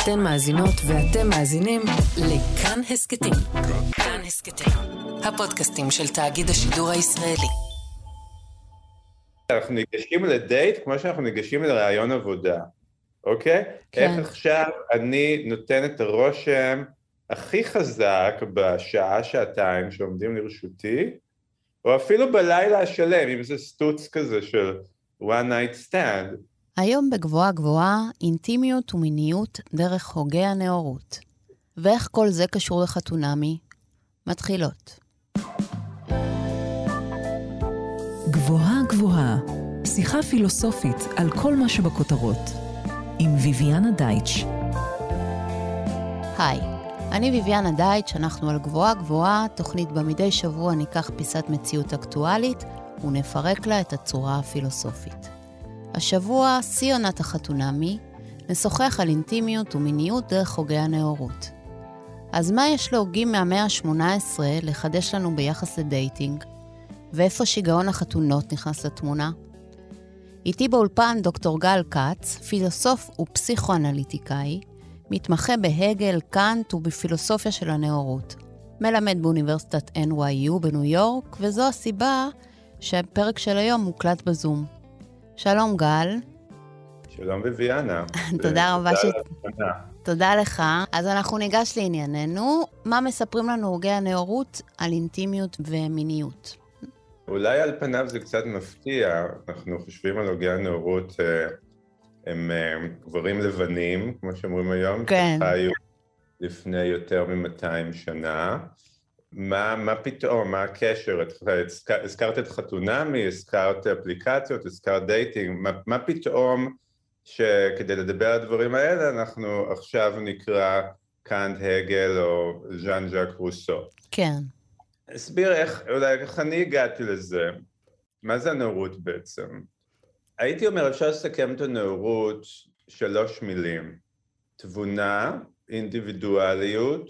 אתן מאזינות ואתם מאזינים לכאן הסקטים. כאן הסקטים, הפודקאסטים של תאגיד השידור הישראלי. אנחנו ניגשים לדייט כמו שאנחנו ניגשים לרעיון עבודה, אוקיי? כן. איך עכשיו אני נותן את הרושם הכי חזק בשעה, שעתיים שעומדים לרשותי, או אפילו בלילה השלם, אם זה סטוץ כזה של one night stand. היום בגבוהה גבוהה, אינטימיות ומיניות דרך חוגי הנאורות. ואיך כל זה קשור לחתונמי? מתחילות. גבוהה גבוהה, שיחה פילוסופית על כל מה שבכותרות, עם ויויאנה דייטש. היי, אני ויויאנה דייטש, אנחנו על גבוהה גבוהה, תוכנית במדי שבוע ניקח פיסת מציאות אקטואלית ונפרק לה את הצורה הפילוסופית. השבוע, שיא עונת החתונמי, נשוחח על אינטימיות ומיניות דרך חוגי הנאורות. אז מה יש להוגים מהמאה ה-18 לחדש לנו ביחס לדייטינג? ואיפה שיגעון החתונות נכנס לתמונה? איתי באולפן דוקטור גל קץ, פילוסוף ופסיכואנליטיקאי, מתמחה בהגל, קאנט ובפילוסופיה של הנאורות. מלמד באוניברסיטת NYU בניו יורק, וזו הסיבה שהפרק של היום מוקלט בזום. שלום גל. שלום ויויאנה. תודה רבה תודה לך. אז אנחנו ניגש לענייננו. מה מספרים לנו הוגי הנאורות על אינטימיות ומיניות? אולי על פניו זה קצת מפתיע. אנחנו חושבים על הוגי הנאורות, הם גברים לבנים, כמו שאומרים היום, כן. שחיו לפני יותר מ-200 שנה. מה פתאום, מה הקשר? הזכרת את חתונמי, הזכרת אפליקציות, הזכרת דייטינג, מה פתאום שכדי לדבר על הדברים האלה אנחנו עכשיו נקרא קאנט, הגל או ז'אן ז'אק רוסו? כן. אסביר איך אני הגעתי לזה. מה זה הנאורות בעצם? הייתי אומר, אפשר לסכם את הנאורות 3 מילים. תבונה, אינדיבידואליות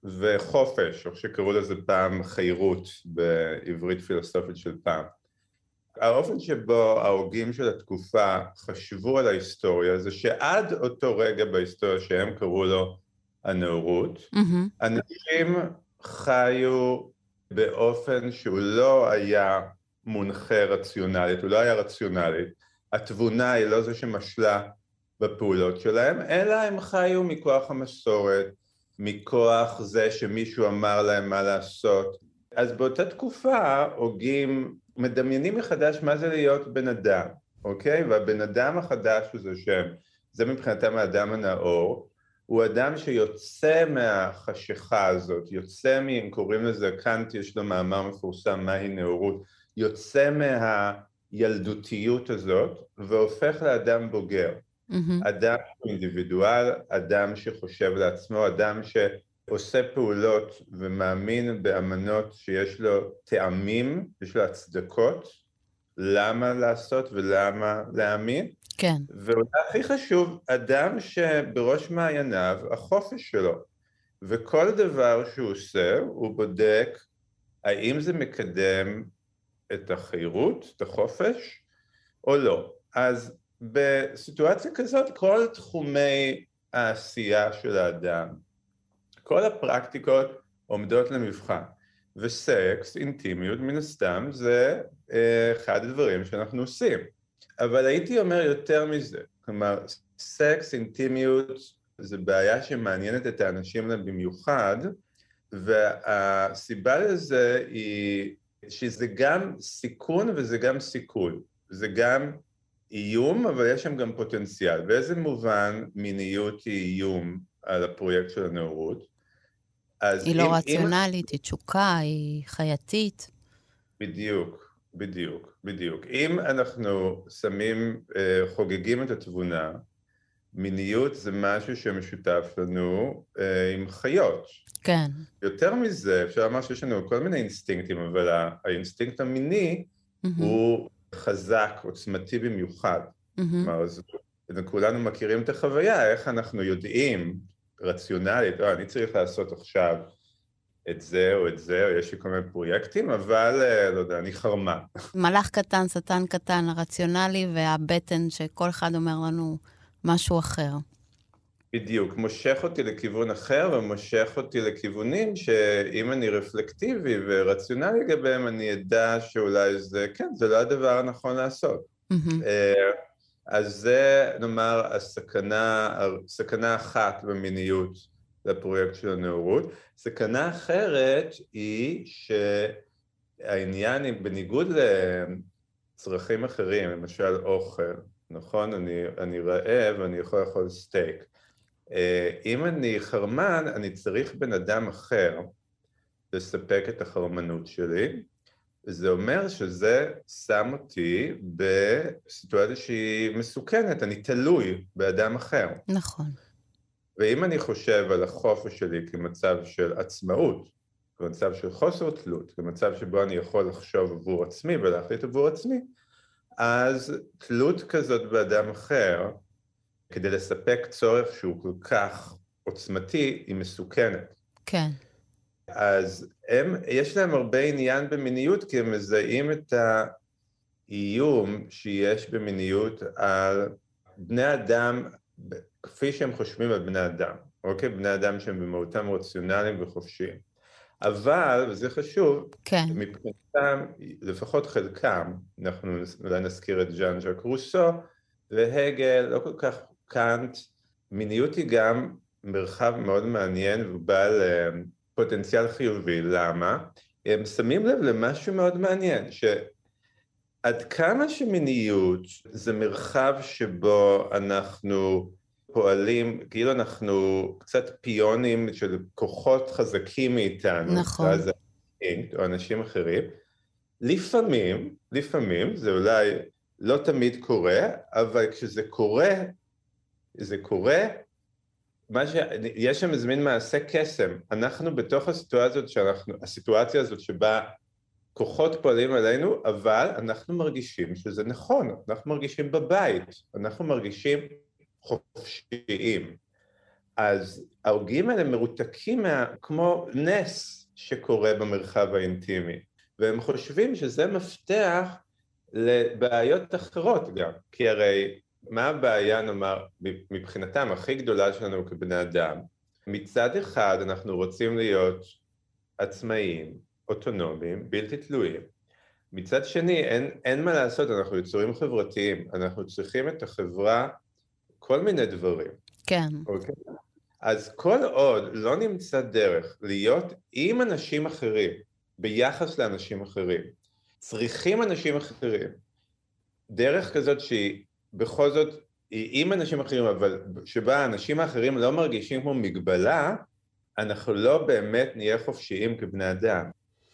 וחופש, או שקראו לזה פעם חירות בעברית פילוסופית של פעם. האופן שבו ההוגים של התקופה חשבו על ההיסטוריה זה שעד אותו רגע בהיסטוריה שהם קראו לו הנאורות, אנשים חיו באופן שהוא לא היה מונחה רציונלית, הוא לא היה רציונלית. התבונה היא לא זו שמשלה בפעולות שלהם, אלא הם חיו מכוח המסורת, מכוח זה שמישהו אמר להם מה לעשות. אז באותה תקופה הוגים מדמיינים מחדש מה זה להיות בן אדם, אוקיי? והבן אדם החדש הוא זה מבחינתם האדם הנאור, הוא אדם שיוצא מהחשיכה הזאת, יוצא אם קוראים לזה, קאנט יש לו מאמר מפורסם, מהי נאורות, יוצא מהילדותיות הזאת והופך לאדם בוגר. אדם אינדיבידואל, אדם שחושב לעצמו, אדם שעושה פעולות ומאמין באמנות שיש לו טעמים, יש לו הצדקות, למה לעשות ולמה להאמין. כן. ואולי הכי חשוב, אדם שבראש מעייניו החופש שלו, וכל דבר שהוא עושה, הוא בודק האם זה מקדם את החירות, את החופש, או לא. אז בסיטואציה כזאת, כל תחומי העשייה של האדם, כל הפרקטיקות עומדות למבחן. וסקס, אינטימיות, מן הסתם, זה אחד הדברים שאנחנו עושים. אבל הייתי אומר יותר מזה. כלומר, סקס, אינטימיות, זה בעיה שמעניינת את האנשים במיוחד, והסיבה לזה היא שזה גם סיכון וזה גם סיכוי. זה גם איום, אבל יש שם גם פוטנציאל. באיזה מובן מיניות היא איום על הפרויקט של הנאורות? היא לא רציונלית, היא תשוקה, היא חייתית. בדיוק. אם אנחנו חוגגים את התבונה, מיניות זה משהו שמשותף לנו עם חיות. כן. יותר מזה, אפשר לומר שיש לנו כל מיני אינסטינקטים, אבל האינסטינקט המיני הוא חזק, עוצמתי במיוחד. כלומר, כולנו מכירים את החוויה, איך אנחנו יודעים רציונלית, אני צריך לעשות עכשיו את זה או את זה, או יש לי כל מיני פרויקטים, אבל לא יודע, אני חרמה. מלאך קטן, שטן קטן, הרציונלי והבטן שכל אחד אומר לנו משהו אחר. בדיוק, מושך אותי לכיוון אחר ומושך אותי לכיוונים שאם אני רפלקטיבי ורציונלי לגביהם, אני אדע שאולי זה, כן, זה לא הדבר הנכון לעשות. אז זה, נאמר, סכנה אחת במיניות לפרויקט של הנאורות. סכנה אחרת היא שהעניין, בניגוד לצרכים אחרים, למשל אוכל, נכון? אני רעב, אני יכול לאכול סטייק. אם אני חרמן, אני צריך בן אדם אחר לספק את החרמנות שלי. זה אומר שזה שם אותי בסיטואציה שהיא מסוכנת, אני תלוי באדם אחר. נכון. ואם אני חושב על החופש שלי כמצב של עצמאות, כמצב של חוסר תלות, כמצב שבו אני יכול לחשוב עבור עצמי ולהחליט עבור עצמי, אז תלות כזאת באדם אחר, כדי לספק צורך שהוא כל כך עוצמתי, היא מסוכנת. כן. אז יש להם הרבה עניין במיניות, כי הם מזהים את האיום שיש במיניות על בני אדם, כפי שהם חושבים על בני אדם, אוקיי? בני אדם שהם במהותם רציונליים וחופשיים. אבל, וזה חשוב, כן. מבחינתם, לפחות חלקם, אנחנו אולי נזכיר את ז'אן ז'אק רוסו, והגל, לא כל כך קאנט, מיניות היא גם מרחב מאוד מעניין ובעל פוטנציאל חיובי. למה? הם שמים לב למשהו מאוד מעניין, שעד כמה שמיניות זה מרחב שבו אנחנו פועלים, כאילו אנחנו קצת פיונים של כוחות חזקים מאיתנו, נכון. או אנשים אחרים, לפעמים, זה אולי לא תמיד קורה, אבל כשזה קורה, יש שם איזה מין מעשה קסם. אנחנו בתוך הסיטואציה הזאת שבה כוחות פועלים עלינו, אבל אנחנו מרגישים שזה נכון, אנחנו מרגישים בבית, אנחנו מרגישים חופשיים. אז ההוגים האלה מרותקים כמו נס שקורה במרחב האינטימי, והם חושבים שזה מפתח לבעיות אחרות גם, כי הרי מה הבעיה, נאמר, מבחינתם הכי גדולה שלנו כבני אדם? מצד אחד אנחנו רוצים להיות עצמאיים, אוטונומיים, בלתי תלויים. מצד שני, אין מה לעשות, אנחנו יצורים חברתיים, אנחנו צריכים את החברה, כל מיני דברים. כן. אוקיי? אז כל עוד לא נמצא דרך להיות עם אנשים אחרים, ביחס לאנשים אחרים, צריכים אנשים אחרים, דרך כזאת שהיא בכל זאת, עם אנשים אחרים, אבל שבה האנשים האחרים לא מרגישים כמו מגבלה, אנחנו לא באמת נהיה חופשיים כבני אדם.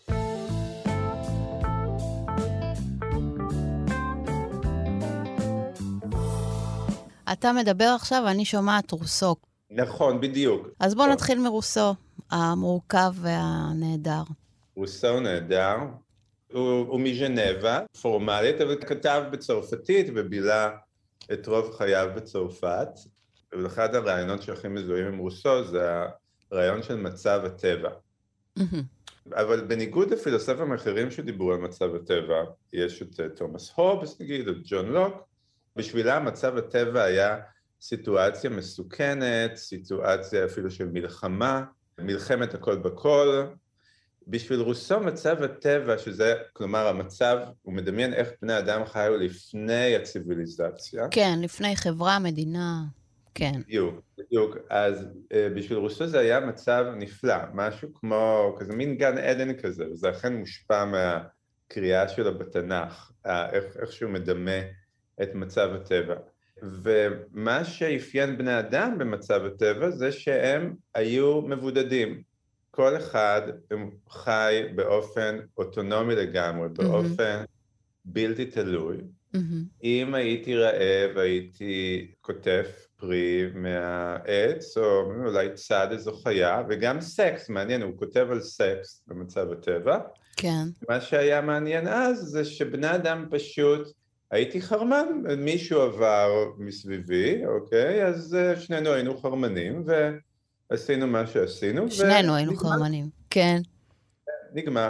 אתה מדבר עכשיו, אני שומעת רוסו. נכון, בדיוק. אז בוא נתחיל מרוסו, המורכב והנהדר. רוסו נהדר. הוא מז'נבה, פורמלית, אבל כתב בצרפתית ובילה את רוב חייו בצרפת. ואחד הרעיונות שהכי מזוהים עם רוסו זה הרעיון של מצב הטבע. אבל בניגוד לפילוסופים אחרים שדיברו על מצב הטבע, יש את תומאס הובס נגיד, את ג'ון לוק, בשבילה מצב הטבע היה סיטואציה מסוכנת, סיטואציה אפילו של מלחמת הכל בכל. בשביל רוסו מצב הטבע, שזה, כלומר המצב, הוא מדמיין איך בני אדם חיו לפני הציביליזציה. כן, לפני חברה, מדינה, כן. בדיוק. אז בשביל רוסו זה היה מצב נפלא, משהו כמו, כזה מין גן עדן כזה, וזה אכן מושפע מהקריאה שלו בתנ"ך, איך שהוא מדמה את מצב הטבע. ומה שאפיין בני אדם במצב הטבע זה שהם היו מבודדים. כל אחד חי באופן אוטונומי לגמרי, באופן בלתי תלוי. אם הייתי רעב, הייתי כותף פרי מהעץ, או אולי צד איזו חיה, וגם סקס, מעניין, הוא כותב על סקס במצב הטבע. כן. מה שהיה מעניין אז, זה שבני אדם פשוט, הייתי חרמן, מישהו עבר מסביבי, אוקיי? אז שנינו היינו חרמנים, עשינו מה שעשינו. שנינו היינו חרמנים, כן. נגמר.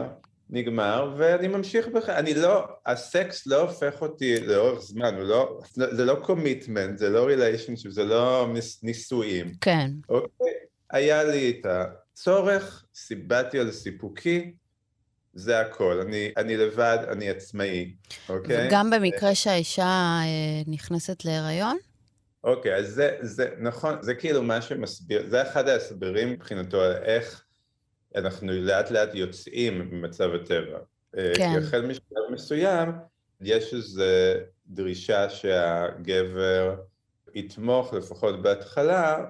נגמר, ואני ממשיך הסקס לא הופך אותי לאורך זמן, זה לא קומיטמנט, זה לא ריליישנשיפ, זה לא נישואים. כן. אוקיי? היה לי את הצורך, סיבתי על סיפוקי, זה הכל. אני לבד, אני עצמאי, אוקיי? וגם במקרה שהאישה נכנסת להיריון? אוקיי, אז זה נכון, זה כאילו מה שמסביר, זה אחד ההסברים מבחינתו על איך אנחנו לאט לאט יוצאים ממצב הטבע. כן. כי החל משלב מסוים, יש איזו דרישה שהגבר יתמוך לפחות בהתחלה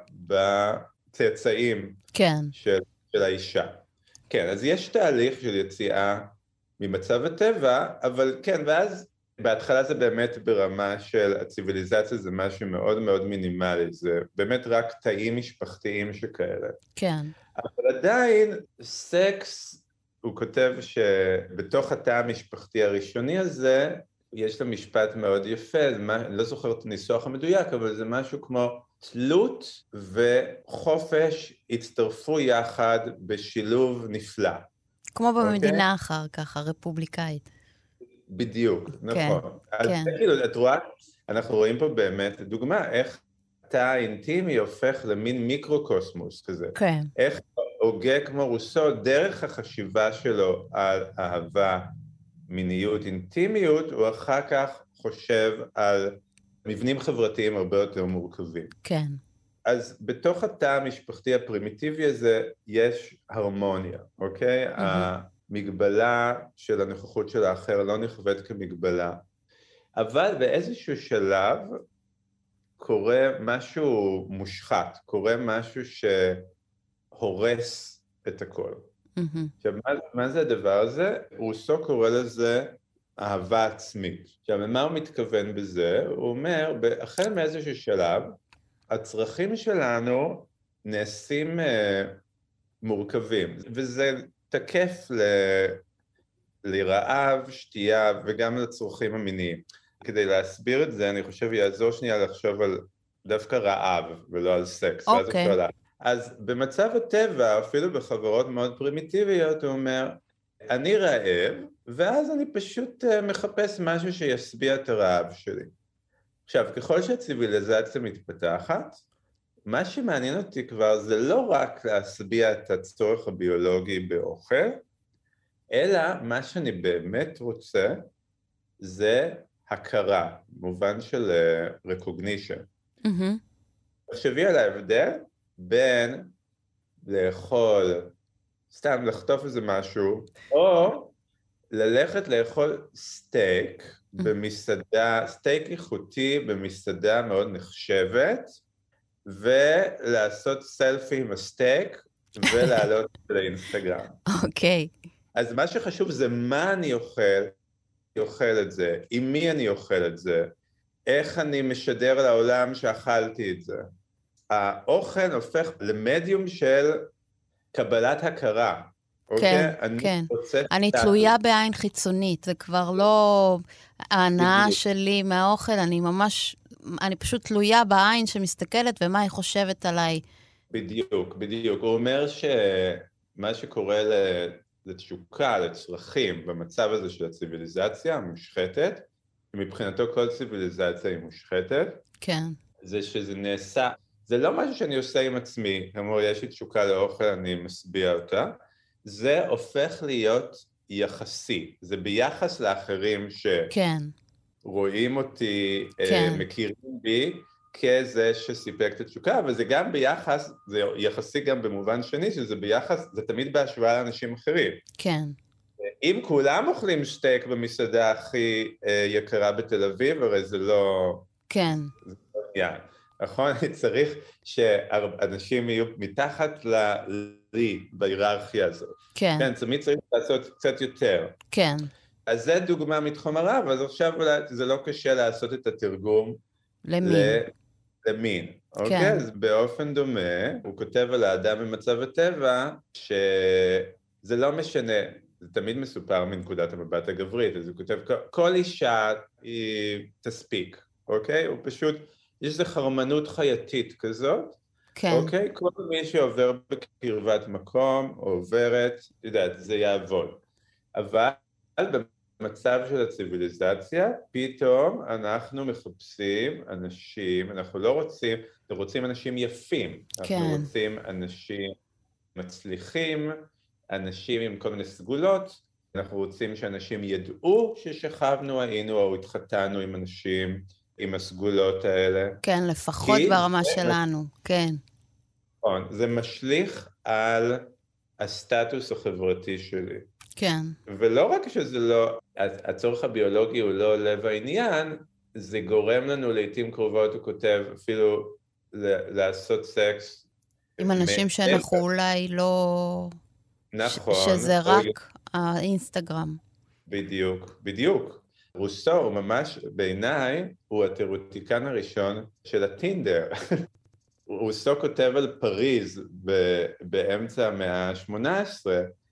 בצאצאים כן. של האישה. כן, אז יש תהליך של יציאה ממצב הטבע, אבל כן, ואז בהתחלה זה באמת ברמה של הציביליזציה, זה משהו מאוד מאוד מינימלי, זה באמת רק תאים משפחתיים שכאלה. כן. אבל עדיין, סקס, הוא כותב שבתוך התא המשפחתי הראשוני הזה, יש לו משפט מאוד יפה, אני לא זוכר את הניסוח המדויק, אבל זה משהו כמו תלות וחופש הצטרפו יחד בשילוב נפלא. כמו במדינה אחר כך, הרפובליקאית. בדיוק, נכון. אז כן. כאילו, את רואה, אנחנו רואים פה באמת דוגמה, איך התא האינטימי הופך למין מיקרוקוסמוס כזה. כן. איך הוגה כמו רוסו, דרך החשיבה שלו על אהבה, מיניות, אינטימיות, הוא אחר כך חושב על מבנים חברתיים הרבה יותר מורכבים. כן. אז בתוך התא המשפחתי הפרימיטיבי הזה יש הרמוניה, אוקיי? המגבלה של הנוכחות של האחר לא נחוות כמגבלה, אבל באיזשהו שלב קורה משהו מושחת, קורה משהו שהורס את הכל. עכשיו, מה זה הדבר הזה? רוסו קורא לזה אהבה עצמית. עכשיו, למה הוא מתכוון בזה? הוא אומר, החל מאיזשהו שלב, הצרכים שלנו נעשים מורכבים, וזה תקף לרעב, שתייה וגם לצרכים המיניים. כדי להסביר את זה, אני חושב יעזור שנייה לחשוב על דווקא רעב ולא על סקס. אוקיי. אז במצב הטבע, אפילו בחברות מאוד פרימיטיביות, הוא אומר, אני רעב, ואז אני פשוט מחפש משהו שישביע את הרעב שלי. עכשיו, ככל שהציביליזציה מתפתחת, מה שמעניין אותי כבר זה לא רק להשביע את הצורך הביולוגי באוכל, אלא מה שאני באמת רוצה זה הכרה, במובן של recognition. תחשבי על ההבדל בין לאכול, סתם לחטוף איזה משהו, או ללכת לאכול סטייק במסעדה, סטייק איכותי במסעדה מאוד נחשבת, ולעשות סלפי עם הסטייק, ולעלות לאינסטגרם. אוקיי. אז מה שחשוב זה מה אני אוכל את זה, עם מי אני אוכל את זה, איך אני משדר לעולם שאכלתי את זה. האוכל הופך למדיום של קבלת הכרה. כן, כן. אני תלויה בעין חיצונית, זה כבר לא ההנאה שלי מהאוכל, אני פשוט תלויה בעין שמסתכלת ומה היא חושבת עליי. בדיוק, בדיוק. הוא אומר שמה שקורה לתשוקה, לצרכים, במצב הזה של הציביליזציה המושחתת, מבחינתו כל ציביליזציה היא מושחתת. כן. זה שזה נעשה, זה לא משהו שאני עושה עם עצמי, כלומר, יש לי תשוקה לאוכל, אני משביע אותה, זה הופך להיות יחסי, זה ביחס לאחרים שרואים אותי, מכירים בי, כזה שסיפק את התשוקה, אבל זה גם ביחס, זה יחסי גם במובן שני, שזה ביחס, זה תמיד בהשוואה לאנשים אחרים. כן. אם כולם אוכלים סטייק במסעדה הכי יקרה בתל אביב, הרי זה לא... כן. נכון? צריך שאנשים יהיו מתחת לי בהיררכיה הזאת. כן. כן, תמיד צריך לעשות קצת יותר. כן. אז זה דוגמה מתחום הרעב, אז עכשיו אולי זה לא קשה לעשות את התרגום למין. אוקיי? אז באופן דומה, הוא כותב על האדם במצב הטבע, שזה לא משנה, זה תמיד מסופר מנקודת המבט הגברית, אז הוא כותב, כל אישה היא תספיק, אוקיי? הוא פשוט, יש איזו חרמנות חייתית כזאת, כן. אוקיי? כל מי שעובר בקרבת מקום, או עוברת, יודעת, זה יעבוד. אבל במצב של הציביליזציה, פתאום אנחנו מחפשים אנשים, אנחנו לא רוצים אנשים יפים, כן. אנחנו רוצים אנשים מצליחים, אנשים עם כל מיני סגולות, אנחנו רוצים שאנשים ידעו ששכבנו, היינו או התחתנו עם אנשים עם הסגולות האלה. כן, לפחות ברמה שלנו, כן. זה משליך על הסטטוס החברתי שלי. כן. ולא רק שזה לא, הצורך הביולוגי הוא לא לב העניין, זה גורם לנו לעתים קרובות, הוא כותב, אפילו לעשות סקס. עם אנשים שאנחנו אולי לא... נכון. שזה רק האינסטגרם. בדיוק. רוסו הוא ממש, בעיניי, הוא התיאורטיקן הראשון של הטינדר. רוסו כותב על פריז באמצע המאה ה-18,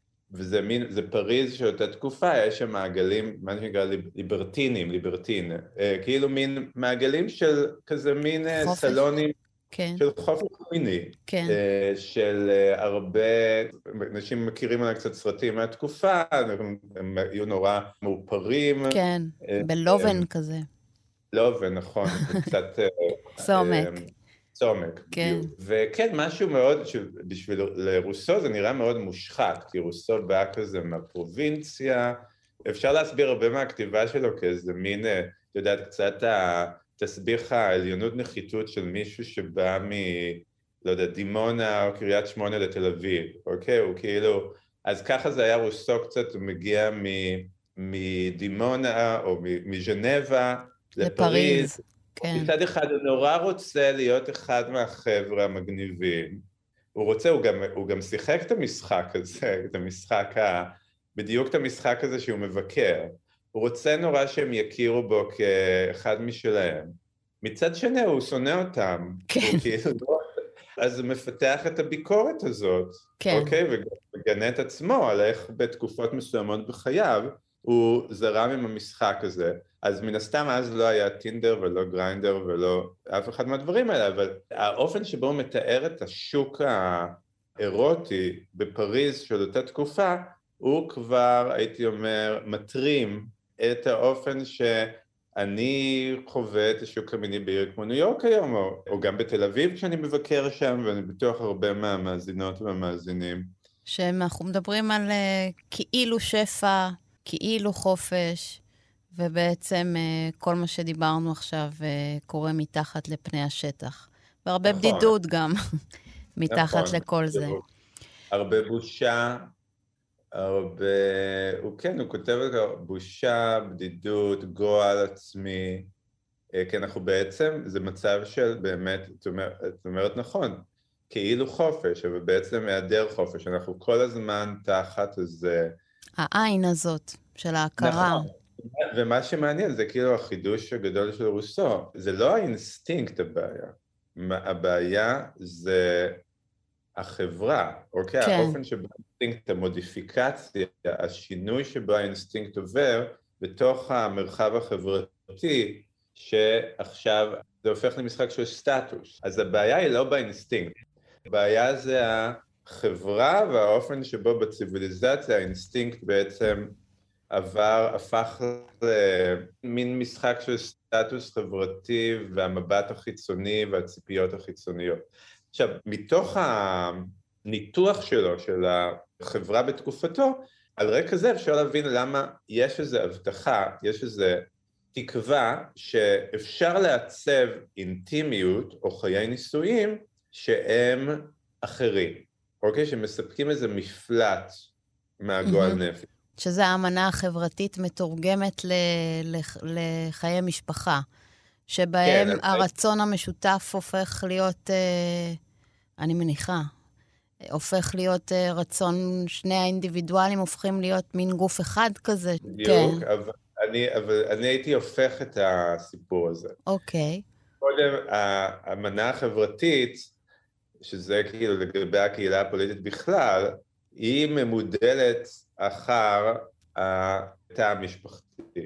זה פריז שאותה תקופה, יש שם מעגלים, מה שנקרא ליברטין, כאילו מין מעגלים של כזה מין חופש. סלונים, כן. של חופש מיני, כן. של הרבה, אנשים מכירים עליי קצת סרטים מהתקופה, הם היו נורא מאופרים. כן, בלובן כזה. לובן, נכון, קצת... צומק, כן. וכן, משהו מאוד, בשביל לרוסו זה נראה מאוד מושחת, כי רוסו בא כזה מהפרובינציה, אפשר להסביר הרבה מהכתיבה שלו כאיזה מין, אתה יודעת, קצת תסביך העליונות נחיתות של מישהו שבא לא יודע, דימונה או קריית שמונה לתל אביב, אוקיי? הוא כאילו, אז ככה זה היה רוסו קצת, הוא מגיע מדימונה או מז'נבה לפריז. כן. מצד אחד הוא נורא רוצה להיות אחד מהחבר'ה המגניבים. הוא גם שיחק את המשחק הזה, בדיוק את המשחק הזה שהוא מבקר. הוא רוצה נורא שהם יכירו בו כאחד משלהם. מצד שני הוא שונא אותם. כן. אז הוא מפתח את הביקורת הזאת. כן. אוקיי? וגנה את עצמו על איך בתקופות מסוימות בחייו, הוא זרם עם המשחק הזה. אז מן הסתם אז לא היה טינדר ולא גריינדר ולא אף אחד מהדברים האלה, אבל האופן שבו הוא מתאר את השוק האירוטי בפריז של אותה תקופה, הוא כבר, הייתי אומר, מטרים את האופן שאני חווה את השוק המיני בעיר כמו ניו יורק היום, או גם בתל אביב כשאני מבקר שם, ואני בטוח הרבה מהמאזינות והמאזינים. שאנחנו מדברים על כאילו שפע, כאילו חופש, ובעצם כל מה שדיברנו עכשיו קורה מתחת לפני השטח. והרבה נכון. בדידות גם מתחת נכון. לכל זה. הרבה בושה, הוא כותב בושה, בדידות, גועל עצמי, כי אנחנו בעצם, זה מצב של באמת, את אומרת נכון, כאילו חופש, אבל בעצם היעדר חופש, אנחנו כל הזמן תחת איזה... העין הזאת של ההכרה. נכון. ומה שמעניין זה כאילו החידוש הגדול של רוסו, זה לא האינסטינקט הבעיה, הבעיה זה החברה, אוקיי? כן. האופן שבו האינסטינקט, המודיפיקציה, השינוי שבו האינסטינקט עובר בתוך המרחב החברתי, שעכשיו זה הופך למשחק של סטטוס. אז הבעיה היא לא באינסטינקט, הבעיה זה החברה והאופן שבו בציביליזציה האינסטינקט בעצם הפך למין משחק של סטטוס חברתי והמבט החיצוני והציפיות החיצוניות. עכשיו, מתוך הניתוח שלו, של החברה בתקופתו, על רקע זה אפשר להבין למה יש איזו הבטחה, יש איזו תקווה שאפשר לעצב אינטימיות או חיי נישואים שהם אחרים, אוקיי? שמספקים איזה מפלט מהגועל נפש. שזה האמנה החברתית מתורגמת לחיי משפחה, שבהם כן, הרצון המשותף הופך להיות, אני מניחה, הופך להיות רצון, שני האינדיבידואלים הופכים להיות מין גוף אחד כזה. בדיוק, כן. אבל אני הייתי הופך את הסיפור הזה. אוקיי. קודם, האמנה החברתית, שזה כאילו לגבי הקהילה הפוליטית בכלל, היא ממודלת אחר התא המשפחתי.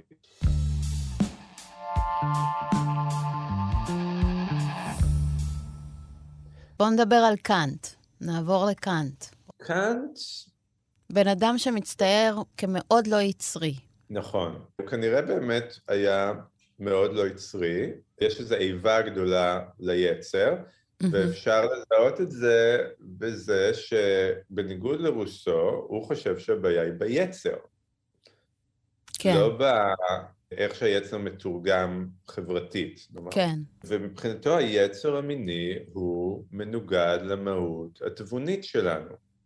בואו נדבר על קאנט, נעבור לקאנט. קאנט? בן אדם שמצטייר כמאוד לא יצרי. נכון. הוא כנראה באמת היה מאוד לא יצרי. יש איזו איבה גדולה ליצר, ואפשר לזהות את זה בזה שבניגוד לרוסו, הוא חושב שהבעיה היא ביצר. כן. לא באיך שהיצר מתורגם חברתית. כן. ומבחינתו היצר המיני הוא מנוגד למהות התבונית שלנו.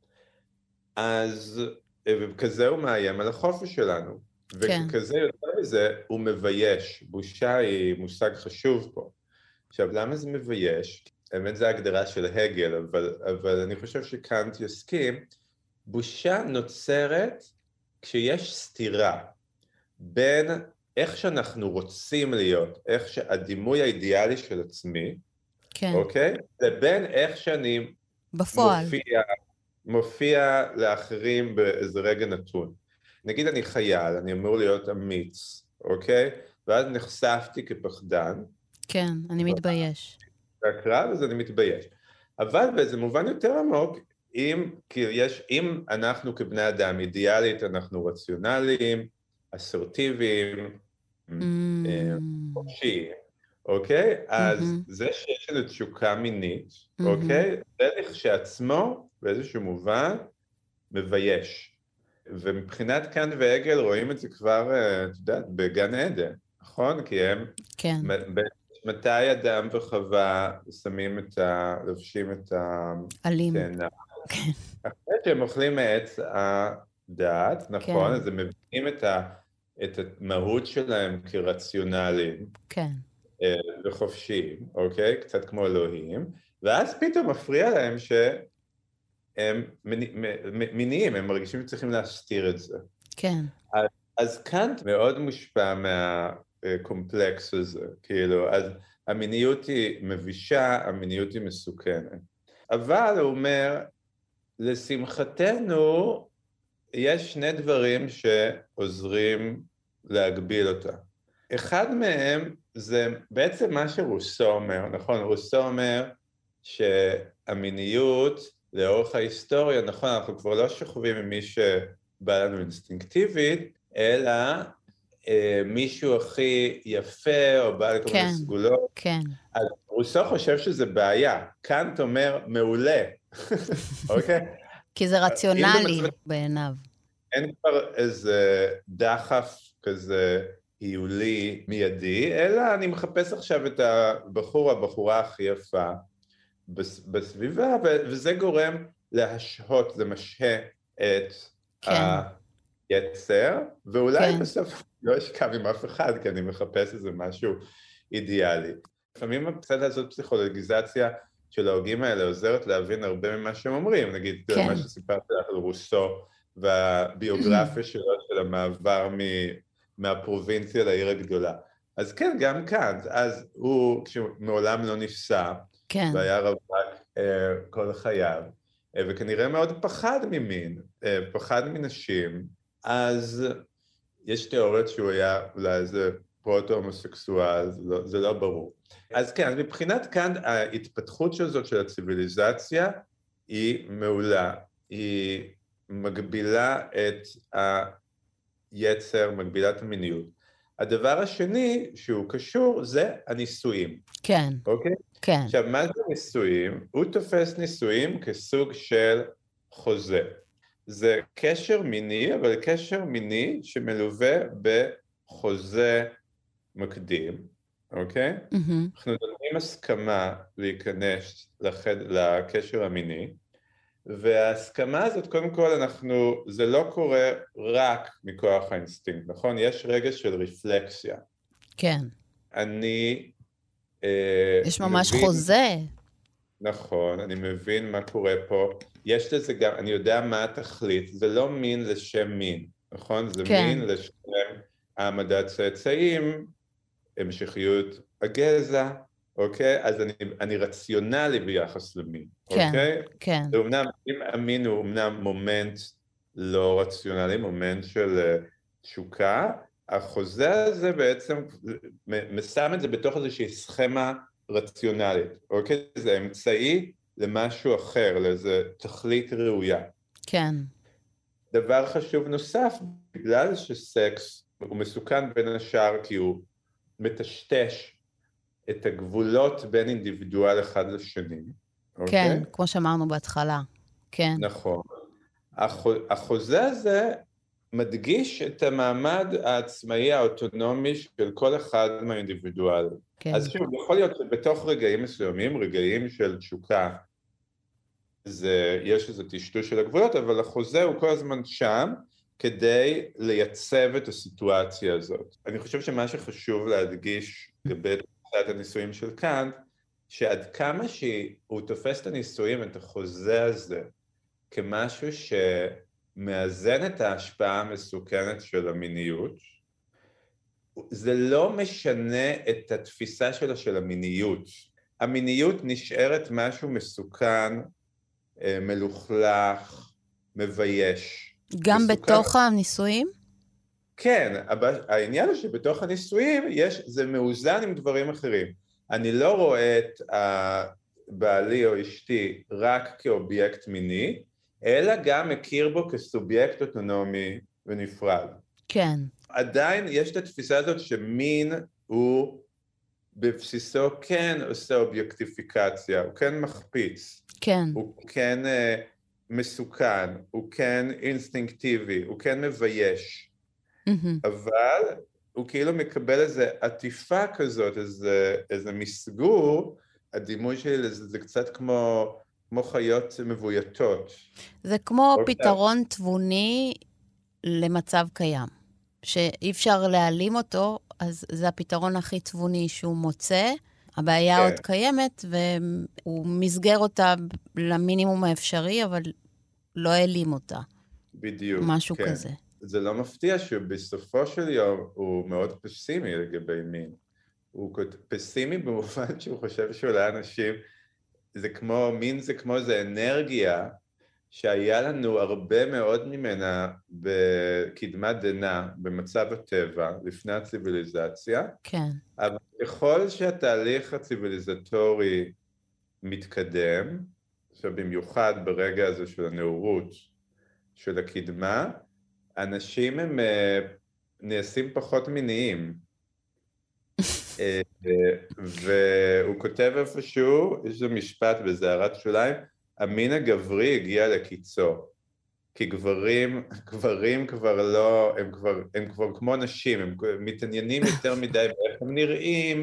אז כזה הוא מאיים על החופש שלנו. כן. וכזה יותר מזה הוא מבייש. בושה היא מושג חשוב פה. עכשיו, למה זה מבייש? האמת זה ההגדרה של הגל, אבל אני חושב שקאנט יסכים. בושה נוצרת כשיש סתירה בין איך שאנחנו רוצים להיות, איך שהדימוי האידיאלי של עצמי, כן. אוקיי? לבין איך שאני בפועל. מופיע לאחרים באיזה רגע נתון. נגיד אני חייל, אני אמור להיות אמיץ, אוקיי? ואז נחשפתי כפחדן. כן, אני מתבייש. בקרב, אז אני מתבייש. אבל באיזה מובן יותר עמוק, אם אנחנו כבני אדם אידיאלית, אנחנו רציונליים, אסרטיביים, חופשיים, אוקיי? אז זה שיש לנו תשוקה מינית, אוקיי? זה לכשעצמו, באיזשהו מובן, מבייש. ומבחינת קאנט והגל רואים את זה כבר, את יודעת, בגן עדן, נכון? כי הם... כן. מתי אדם וחווה לובשים את עלים. כן. אחרי שהם אוכלים מעץ הדעת, נכון? אז הם מבינים את המהות שלהם כרציונליים. כן. וחופשיים, אוקיי? קצת כמו אלוהים. ואז פתאום מפריע להם שהם מיניים, הם מרגישים שצריכים להסתיר את זה. כן. אז קאנט מאוד מושפע קומפלקס הזה, כאילו, אז המיניות היא מבישה, המיניות היא מסוכנת. אבל הוא אומר, לשמחתנו, יש שני דברים שעוזרים להגביל אותה. אחד מהם זה בעצם מה שרוסו אומר, נכון? רוסו אומר שהמיניות לאורך ההיסטוריה, נכון, אנחנו כבר לא שוכבים עם מי שבא לנו אינסטינקטיבית, אלא מישהו הכי יפה, או בעל כל מיני סגולות. כן. אז רוסו חושב שזה בעיה. קאנט אומר, מעולה. אוקיי? כי זה רציונלי בעיניו. אין כבר איזה דחף כזה היולי מיידי, אלא אני מחפש עכשיו את הבחורה הכי יפה בסביבה, וזה גורם להשהות, זה משהה את היצר, ואולי בסוף לא אשכב עם אף אחד, כי אני מחפש איזה משהו אידיאלי. לפעמים קצת לעשות פסיכולוגיזציה של ההוגים האלה עוזרת להבין הרבה ממה שהם אומרים, נגיד מה שסיפרתי לך על רוסו, והביוגרפיה שלו של המעבר מהפרובינציה לעיר הגדולה. אז כן, גם קאנט, אז הוא כשמעולם לא ניסה, והיה רווק כל חייו, וכנראה מאוד פחד ממין, פחד מנשים, אז יש תיאוריות שהוא היה אולי איזה פרוטו-הומוסקסואל, זה לא ברור. אז כן, אז מבחינת קאנט, ההתפתחות של זאת של הציביליזציה היא מעולה, היא מגבילה את היצר, מגבילה את המיניות. הדבר השני שהוא קשור זה הנישואים. כן. אוקיי? כן. עכשיו, מה זה נישואים? הוא תופס נישואים כסוג של חוזה. זה קשר מיני, אבל קשר מיני שמלווה בחוזה מקדים, אוקיי? אנחנו נותנים הסכמה להיכנס לקשר המיני, וההסכמה הזאת, קודם כל, זה לא קורה רק מכוח האינסטינקט, נכון? יש רגע של רפלקסיה. כן. יש ממש מבין, חוזה. נכון, אני מבין מה קורה פה. יש לזה גם, אני יודע מה התכלית, זה לא מין לשם מין, נכון? זה מין לשם העמדת צאצאים, המשכיות הגזע, אוקיי? אז אני רציונלי ביחס למין, אוקיי? כן. ואומנם, אם המין הוא אומנם מומנט לא רציונלי, מומנט של תשוקה, החוזה הזה בעצם שם את זה בתוך איזושהי סכמה רציונלית, אוקיי? זה אמצעי למשהו אחר, לאיזו תכלית ראויה. כן. דבר חשוב נוסף, בגלל שסקס הוא מסוכן בין השאר, כי הוא מטשטש את הגבולות בין אינדיבידואל אחד לשני. כן, כמו שאמרנו בהתחלה. כן. נכון. החוזה הזה מדגיש את המעמד העצמאי האוטונומי של כל אחד מהאינדיבידואל. כן. אז שוב, יכול להיות שבתוך רגעים מסוימים, רגעים של תשוקה, יש איזה טשטוש של הגבולות, אבל החוזה הוא כל הזמן שם, כדי לייצב את הסיטואציה הזאת. אני חושב שמה שחשוב להדגיש לגבי תפיסת הנישואים של קאנט, שעד כמה שהוא תופס את הנישואים, את החוזה הזה, כמשהו שמאזן את ההשפעה המסוכנת של המיניות, זה לא משנה את התפיסה שלו של המיניות. המיניות נשארת משהו מסוכן, מלוכלך, מבייש. גם מסוכן. בתוך הנישואים? כן, אבל העניין הוא שבתוך הנישואים זה מאוזן עם דברים אחרים. אני לא רואה את בעלי או אשתי רק כאובייקט מיני, אלא גם מכיר בו כסובייקט אוטונומי ונפרד. כן. עדיין יש את התפיסה הזאת שמין הוא בבסיסו כן עושה אובייקטיפיקציה, הוא כן מחפיץ. כן. הוא כן מסוכן, הוא כן אינסטינקטיבי, הוא כן מבייש. אבל הוא כאילו מקבל איזו עטיפה כזאת, איזה מסגור, הדימוי שלי זה קצת כמו חיות מבויתות. זה כמו פתרון תבוני למצב קיים, שאי אפשר להעלים אותו, אז זה הפתרון הכי תבוני שהוא מוצא, הבעיה עוד קיימת, והוא מסגר אותה למינימום האפשרי, אבל לא העלים אותה. בדיוק. משהו כזה. זה לא מפתיע שבסופו של יום הוא מאוד פסימי לגבי מין. הוא פסימי במובן שהוא חושב שאולי אנשים, מין זה כמו איזו אנרגיה, שהיה לנו הרבה מאוד ממנה בקדמת דנא, במצב הטבע, לפני הציביליזציה. כן. אבל ככל שהתהליך הציביליזטורי מתקדם, במיוחד ברגע הזה של הנאורות, של הקדמה, אנשים הם נעשים פחות מיניים. והוא כותב איפשהו, יש לו משפט בזערת שוליים, המין הגברי הגיע לקיצו. כי גברים כבר לא, הם כבר כמו נשים, הם מתעניינים יותר מדי באיך הם נראים,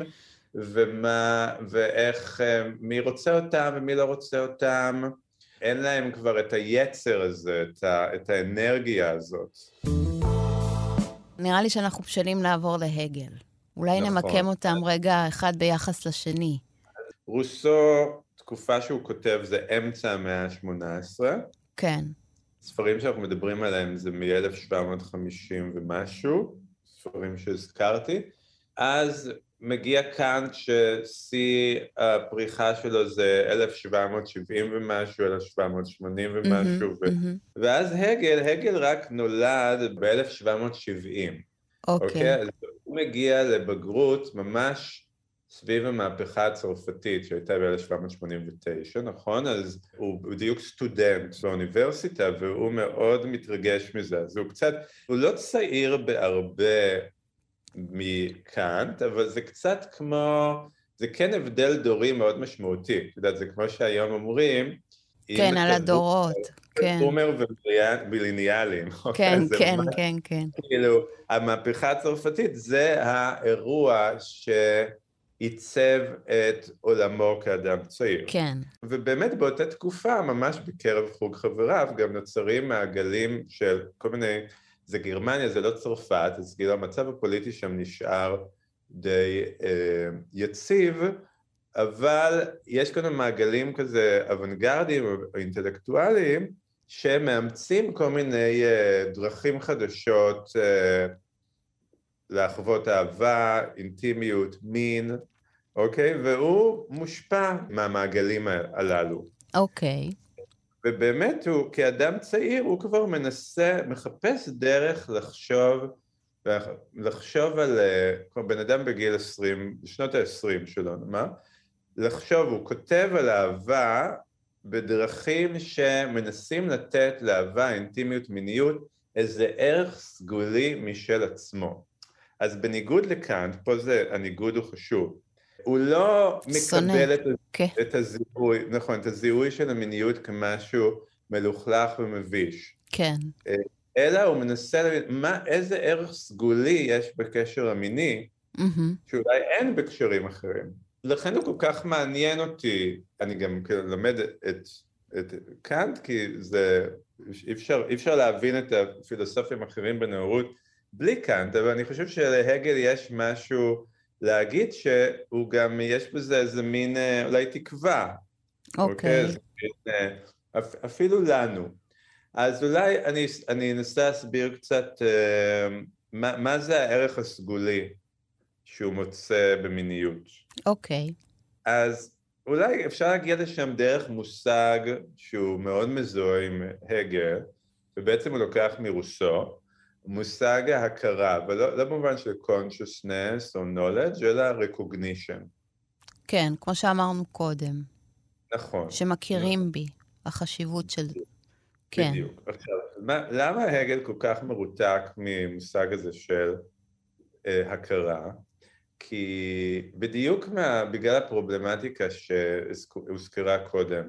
ואיך, מי רוצה אותם ומי לא רוצה אותם. אין להם כבר את היצר הזה, את האנרגיה הזאת. נראה לי שאנחנו בשלים לעבור להגל. אולי נמקם אותם רגע אחד ביחס לשני. רוסו, תקופה שהוא כותב זה אמצע המאה ה-18. כן. ספרים שאנחנו מדברים עליהם זה מ-1750 ומשהו, ספרים שהזכרתי. אז מגיע קאנט ששיא הפריחה שלו זה 1770 ומשהו, 1780 ומשהו, ואז הגל רק נולד ב-1770. אוקיי. אז הוא מגיע לבגרות ממש סביב המהפכה הצרפתית שהייתה ב-1789, נכון? אז הוא בדיוק סטודנט באוניברסיטה והוא מאוד מתרגש מזה, אז הוא לא צעיר בהרבה מקאנט, אבל זה קצת כמו, זה כן הבדל דורי מאוד משמעותי, את יודעת, זה כמו שהיום אומרים, כן, על הדורות, כן. בומר ומיליניאלים. כן, כן, כן, כן. כאילו, המהפכה הצרפתית זה האירוע שעיצב את עולמו כאדם צעיר. כן. ובאמת באותה תקופה, ממש בקרב חוג חבריו, גם נוצרים מעגלים של כל מיני, זה גרמניה, זה לא צרפת, אז כאילו המצב הפוליטי שם נשאר די יציב, אבל יש כאן מעגלים כזה אוונגרדיים או אינטלקטואליים, שמאמצים כל מיני דרכים חדשות לחוות אהבה, אינטימיות, מין, אוקיי? והוא מושפע מהמעגלים הללו. אוקיי. ובאמת הוא, כאדם צעיר, הוא כבר מחפש דרך לחשוב על, כמו בן אדם בגיל 20, בשנות ה-20 שלו, מה? לחשוב, הוא כותב על אהבה בדרכים שמנסים לתת לאהבה, אינטימיות, מיניות, איזה ערך סגולי משל עצמו. אז בניגוד לקאנט, פה הניגוד הוא חשוב, הוא לא מקבל את הזיהוי, נכון, את הזיהוי של המיניות כמשהו מלוכלך ומביש. כן. אלא הוא מנסה להבין איזה ערך סגולי יש בקשר המיני, שאולי אין בקשרים אחרים. לכן הוא כל כך מעניין אותי, אני גם לומד את קאנט, כי אי אפשר להבין את הפילוסופים האחרים בנאורות בלי קאנט, אבל אני חושב שלהגל יש משהו להגיד שהוא גם, יש בזה איזה מין אולי תקווה. אוקיי. אפילו לנו. אז אולי אני אנסה להסביר קצת מה זה הערך הסגולי שהוא מוצא במיניות. אוקיי. אז אולי אפשר להגיע לשם דרך מושג שהוא מאוד מזוהה עם הגל, ובעצם הוא לוקח מרוסו, מושג ההכרה, אבל לא במובן של consciousness או knowledge, אלא recognition. כן, כמו שאמרנו קודם. נכון. שמכירים בי, החשיבות של זה. כן. בדיוק. עכשיו, למה הגל כל כך מרותק ממושג הזה של הכרה? כי בדיוק בגלל הפרובלמטיקה שהוזכרה קודם,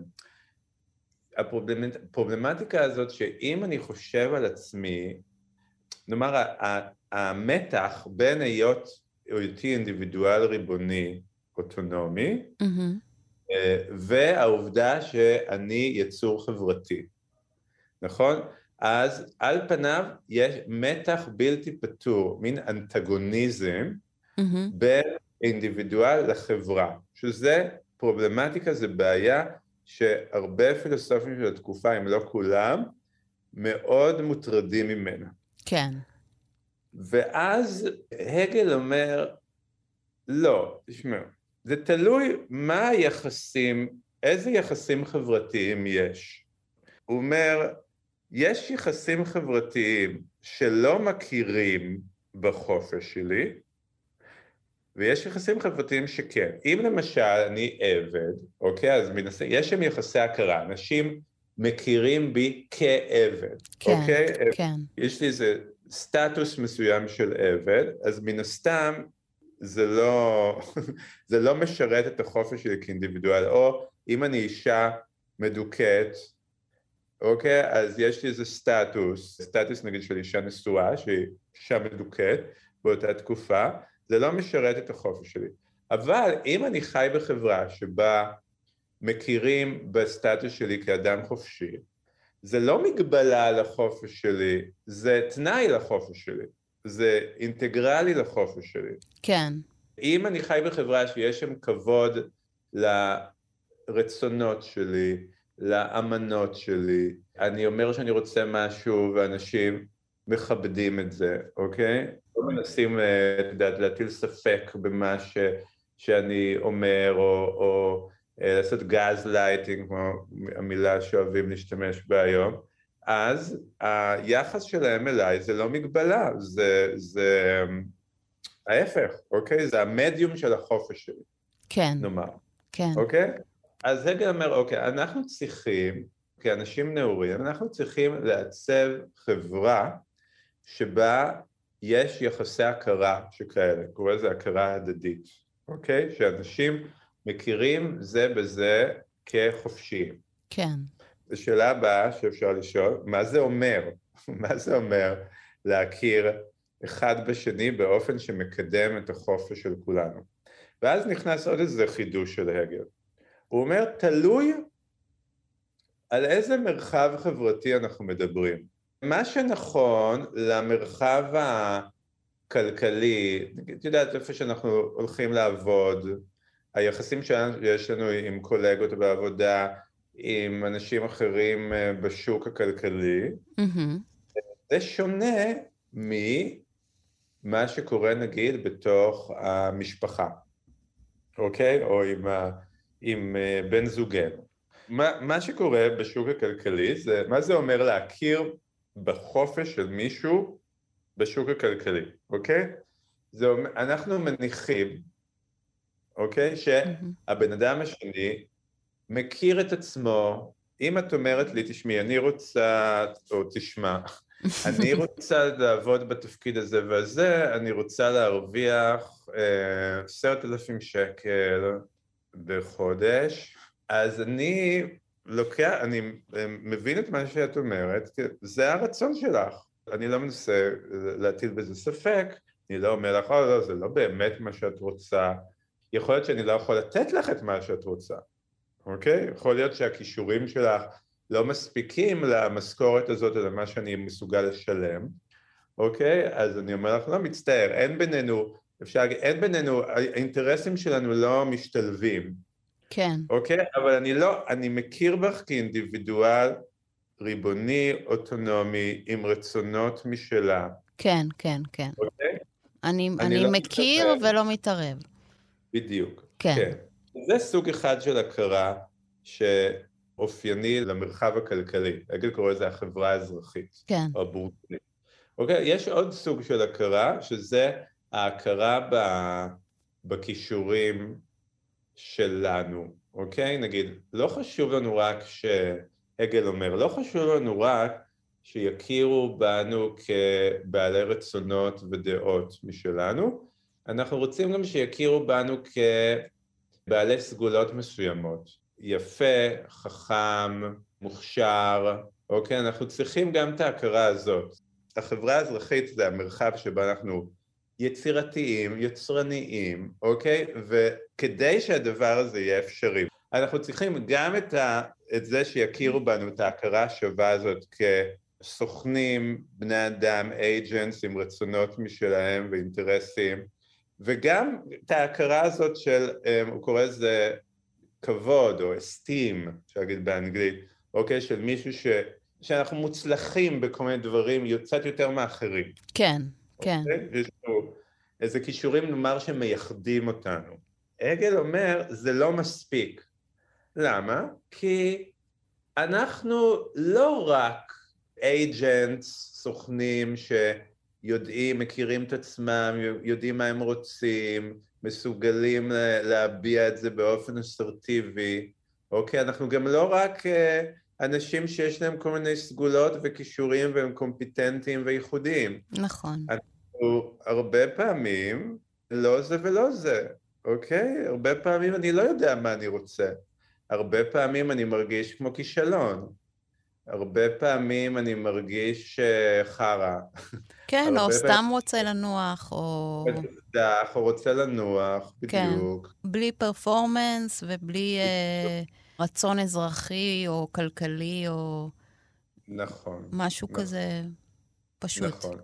הפרובלמטיקה הזאת שאם אני חושב על עצמי, נאמר, המתח בין היותי אינדיבידואל ריבוני אוטונומי, והעובדה שאני יצור חברתי, נכון? אז על פניו יש מתח בלתי פתור, מין אנטגוניזם, בין אינדיבידואל לחברה, שזה פרובלמטיקה, זה בעיה שהרבה פילוסופים של התקופה, אם לא כולם, מאוד מוטרדים ממנה. כן. ואז הגל אומר, לא, תשמעו, זה תלוי מה היחסים, איזה יחסים חברתיים יש. הוא אומר, יש יחסים חברתיים שלא מכירים בחופש שלי, ויש יחסים חברתיים שכן. אם למשל אני עבד, אוקיי, אז יש שם יחסי הכרה, אנשים מכירים בי כעבד, כן, אוקיי? כן. יש לי איזה סטטוס מסוים של עבד, אז מן הסתם זה לא משרת את החופש שלי כאינדיבידואל, או אם אני אישה מדוכאת, אוקיי, אז יש לי איזה סטטוס נגיד של אישה נשואה, שהיא אישה מדוכאת באותה תקופה, זה לא משרת את החופש שלי. אבל אם אני חי בחברה שבה מכירים בסטטוס שלי כאדם חופשי, זה לא מגבלה לחופש שלי, זה תנאי לחופש שלי, זה אינטגרלי לחופש שלי. כן. אם אני חי בחברה שיש שם כבוד לרצונות שלי, לאמנות שלי, אני אומר שאני רוצה משהו ואנשים מכבדים את זה, אוקיי? לא מנסים להטיל ספק במה שאני אומר, או לעשות גז לייטינג, כמו המילה שאוהבים להשתמש בה היום, אז היחס שלהם אליי זה לא מגבלה, זה ההפך, אוקיי? זה המדיום של החופש שלי. כן. נאמר. כן. אוקיי? אז הגל אומר, אוקיי, אנחנו צריכים, כאנשים נאורים, אנחנו צריכים לעצב חברה שבה יש יחסי הכרה שכאלה, קורא לזה הכרה הדדית, אוקיי? שאנשים מכירים זה בזה כחופשיים. כן. השאלה הבאה שאפשר לשאול, מה זה אומר? מה זה אומר להכיר אחד בשני באופן שמקדם את החופש של כולנו? ואז נכנס עוד איזה חידוש של הגל. הוא אומר, תלוי על איזה מרחב חברתי אנחנו מדברים. מה שנכון למרחב הכלכלי, את יודעת איפה שאנחנו הולכים לעבוד, היחסים שיש לנו עם קולגות בעבודה, עם אנשים אחרים בשוק הכלכלי, זה שונה ממה שקורה נגיד בתוך המשפחה, אוקיי? או עם בן זוגנו. מה שקורה בשוק הכלכלי, מה זה אומר להכיר בחופש של מישהו בשוק הכלכלי, אוקיי? אנחנו מניחים, אוקיי, שהבן אדם השני מכיר את עצמו, אם את אומרת לי, תשמעי, אני רוצה, או תשמע, אני רוצה לעבוד בתפקיד הזה והזה, אני רוצה להרוויח 10,000 שקל בחודש, אז אני מבין את מה שאת אומרת, זה הרצון שלך. אני לא מנסה להטיל בזה ספק, אני לא אומר לך, לא, זה לא באמת מה שאת רוצה, יכול להיות שאני לא יכול לתת לך את מה שאת רוצה, אוקיי? יכול להיות שהכישורים שלך לא מספיקים למשכורת הזאת, או למה שאני מסוגל לשלם, אוקיי? אז אני אומר לך, לא מצטער, אין בינינו, האינטרסים שלנו לא משתלבים. כן. אוקיי? אבל אני מכיר בך כאינדיבידואל ריבוני, אוטונומי, עם רצונות משלה. כן, כן, כן. אוקיי? אני לא מכיר ולא מתערב. בדיוק. כן. זה סוג אחד של הכרה שאופייני למרחב הכלכלי. אגב קורא לזה החברה האזרחית. כן. או הבורסית. אוקיי? יש עוד סוג של הכרה, שזה ההכרה בכישורים שלנו, אוקיי? נגיד, לא חשוב לנו רק שהגל אומר, לא חשוב לנו רק שיכירו בנו כבעלי רצונות ודעות משלנו, אנחנו רוצים גם שיכירו בנו כבעלי סגולות מסוימות. יפה, חכם, מוכשר, אוקיי? אנחנו צריכים גם את ההכרה הזאת. החברה האזרחית זה המרחב שבו אנחנו יצירתיים, יצרניים, אוקיי? וכדי שהדבר הזה יהיה אפשרי, אנחנו צריכים גם את זה שיכירו בנו, את ההכרה השווה הזאת כסוכנים, בני אדם, agents עם רצונות משלהם ואינטרסים, וגם את ההכרה הזאת של, הוא קורא לזה כבוד או esteem, אפשר להגיד באנגלית, אוקיי? של מישהו שאנחנו מוצלחים בכל מיני דברים, קצת יותר מאחרים. כן. כן. יש לנו איזה כישורים נאמר שמייחדים אותנו. הגל אומר, זה לא מספיק. למה? כי אנחנו לא רק agents, סוכנים שיודעים, מכירים את עצמם, יודעים מה הם רוצים, מסוגלים להביע את זה באופן אסרטיבי, אוקיי? אנחנו גם לא רק אנשים שיש להם כל מיני סגולות וכישורים והם קומפיטנטיים וייחודיים. נכון. אנחנו הרבה פעמים לא זה ולא זה, אוקיי? הרבה פעמים אני לא יודע מה אני רוצה. הרבה פעמים אני מרגיש כמו כישלון. הרבה פעמים אני מרגיש חרא. כן, או סתם רוצה לנוח, או... או רוצה לנוח, בדיוק. כן, בלי פרפורמנס ובלי רצון אזרחי או כלכלי או... נכון. משהו כזה פשוט. נכון.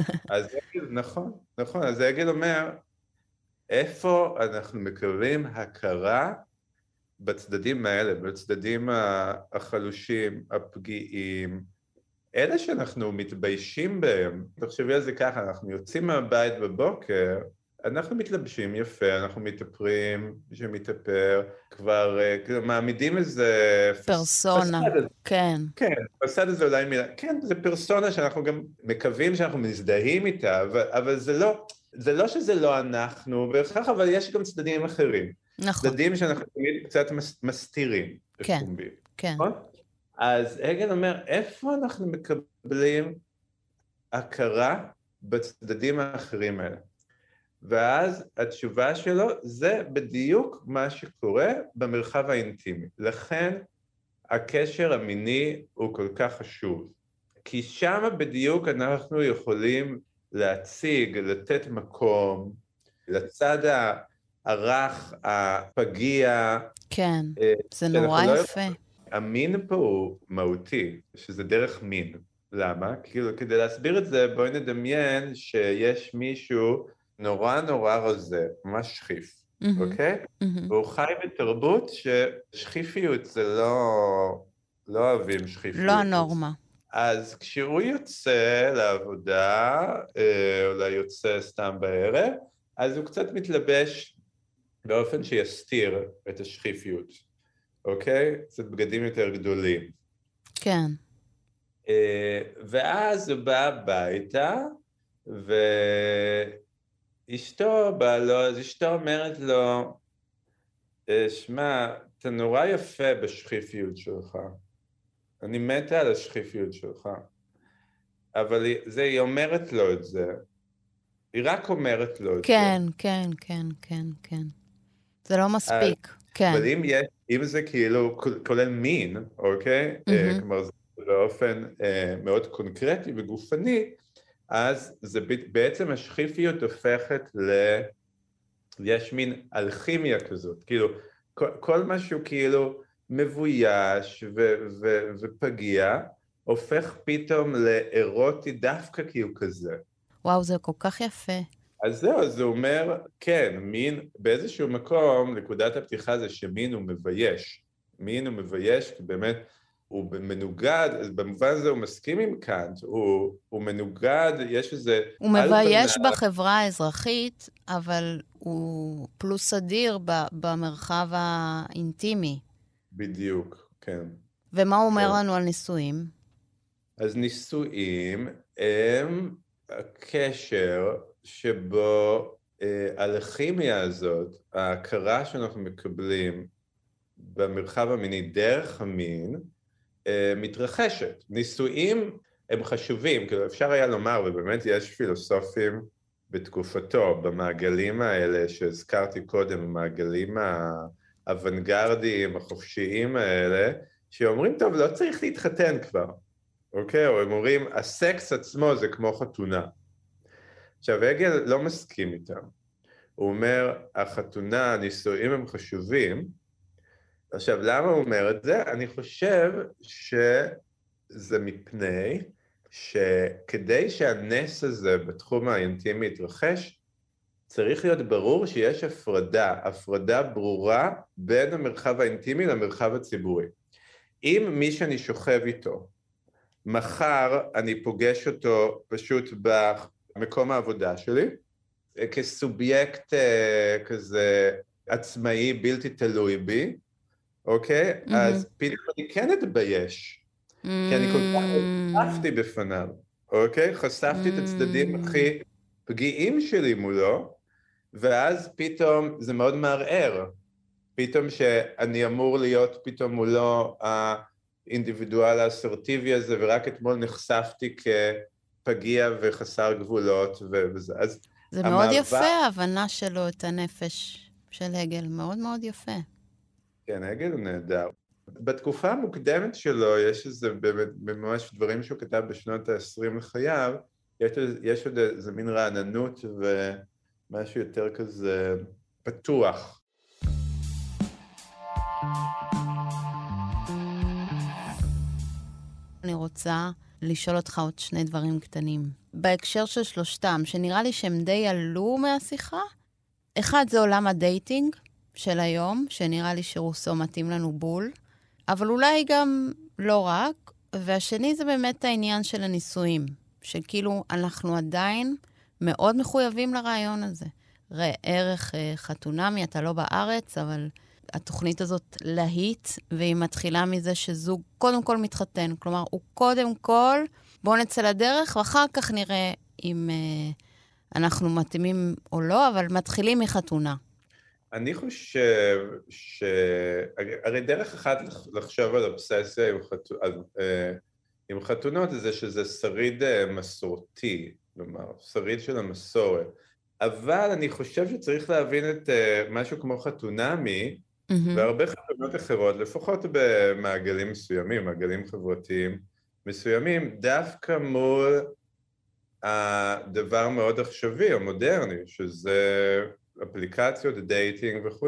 נכון. אז הגל אומר, איפה אנחנו מקבלים הכרה בצדדים האלה, בצדדים החלושים, הפגיעים, אלה שאנחנו מתביישים בהם. תחשבי על זה ככה, אנחנו יוצאים מהבית בבוקר, אנחנו מתלבשים יפה, אנחנו מתאפרים, שמתאפר, כבר מעמידים איזה... פרסונה, כן. כן, פסד הזה אולי מילה, כן, זה פרסונה שאנחנו גם מקווים שאנחנו מזדהים איתה, אבל זה לא שזה לא אנחנו, וכך, אבל יש גם צדדים אחרים. נכון. צדדים שאנחנו תמיד קצת מסתירים. כן, כן. אז הגל אומר, איפה אנחנו מקבלים הכרה בצדדים האחרים האלה? ואז התשובה שלו, זה בדיוק מה שקורה במרחב האינטימי. לכן הקשר המיני הוא כל כך חשוב. כי שם בדיוק אנחנו יכולים להציג, לתת מקום, לצד הרך, הפגיע. כן, זה נורא יפה. המין פה הוא מהותי, שזה דרך מין. למה? כדי להסביר את זה, בואי נדמיין שיש מישהו נורא רזה, ממש שכיף, אוקיי? והוא חי בתרבות ששכיפיות זה לא אוהבים שכיפיות. לא הנורמה. אז כשהוא יוצא לעבודה, אולי יוצא סתם בערב, אז הוא קצת מתלבש באופן שיסתיר את השכיפיות, אוקיי? זה בגדים יותר גדולים. כן. ואז הוא בא הביתה, אשתו באה לו, אז אשתו אומרת לו, שמע, אתה נורא יפה בשכיפיות שלך. אני מתה על השכיפיות שלך. אבל היא אומרת לו את זה. היא רק אומרת לו את זה. כן. זה לא מספיק, כן. אבל אם זה כאילו כולל מין, אוקיי? כלומר, זה באופן מאוד קונקרטי וגופני, אז זה בעצם השכיפיות הופכת יש מין אלכימיה כזאת, כאילו, כל משהו כאילו מבויש ופגיע, הופך פתאום לאירוטי דווקא כאילו כזה. וואו, זה כל כך יפה. אז זהו, זה אומר, כן, מין, באיזשהו מקום, נקודת הפתיחה זה שמין הוא מבייש. מין הוא מבייש, כי באמת הוא מנוגד, במובן הזה הוא מסכים עם קאנט, הוא מנוגד, יש איזה... הוא מבייש בחברה האזרחית, אבל הוא פלוס אדיר במרחב האינטימי. בדיוק, כן. ומה הוא אומר לנו על נישואים? אז נישואים הם הקשר שבו הלכימיה הזאת, ההכרה שאנחנו מקבלים במרחב המיני דרך המין, מתרחשת. נישואים הם חשובים, כאילו אפשר היה לומר, ובאמת יש פילוסופים בתקופתו, במעגלים האלה שהזכרתי קודם, המעגלים האוונגרדיים, החופשיים האלה, שאומרים, טוב, לא צריך להתחתן כבר, אוקיי? או הם אומרים, הסקס עצמו זה כמו חתונה. עכשיו, הגל לא מסכים איתם. הוא אומר, החתונה, הנישואים הם חשובים. עכשיו, למה הוא אומר את זה? אני חושב שזה מפני שכדי שהנס הזה בתחום האינטימי יתרחש, צריך להיות ברור שיש הפרדה ברורה בין המרחב האינטימי למרחב הציבורי. אם מי שאני שוכב איתו, מחר אני פוגש אותו פשוט במקום העבודה שלי, כסובייקט כזה עצמאי, בלתי תלוי בי, אוקיי? אז פתאום אני כן אתבייש, כי אני כל כך חשפתי בפניו, אוקיי? חשפתי את הצדדים הכי פגיעים שלי מולו, ואז פתאום זה מאוד מערער, פתאום שאני אמור להיות פתאום מולו האינדיבידואל האסרטיבי הזה, ורק אתמול נחשפתי כפגיע וחסר גבולות, וזה. אז זה מאוד יפה, ההבנה שלו את הנפש של הגל, מאוד מאוד יפה. כן, הגל הוא נהדר. בתקופה המוקדמת שלו, יש איזה ממש דברים שהוא כתב בשנות ה-20 לחייו, יש עוד איזה מין רעננות ומשהו יותר כזה פתוח. אני רוצה לשאול אותך עוד שני דברים קטנים. בהקשר של שלושתם, שנראה לי שהם די עלו מהשיחה, אחד זה עולם הדייטינג של היום, שנראה לי שרוסו מתאים לנו בול, אבל אולי גם לא רק, והשני זה באמת העניין של הנישואים, שכאילו אנחנו עדיין מאוד מחויבים לרעיון הזה. ראה ערך חתונמי, אתה לא בארץ, אבל התוכנית הזאת להיט, והיא מתחילה מזה שזוג קודם כל מתחתן. כלומר, הוא קודם כל, בואו נצא לדרך, ואחר כך נראה אם אנחנו מתאימים או לא, אבל מתחילים מחתונה. אני חושב הרי דרך אחת לחשוב על אובססיה עם חתונות זה שזה שריד מסורתי, כלומר, שריד של המסורת. אבל אני חושב שצריך להבין את משהו כמו חתונמי, והרבה חתונות אחרות, לפחות במעגלים מסוימים, מעגלים חברתיים מסוימים, דווקא מול הדבר מאוד עכשווי או מודרני, שזה אפליקציות, דייטינג וכו'.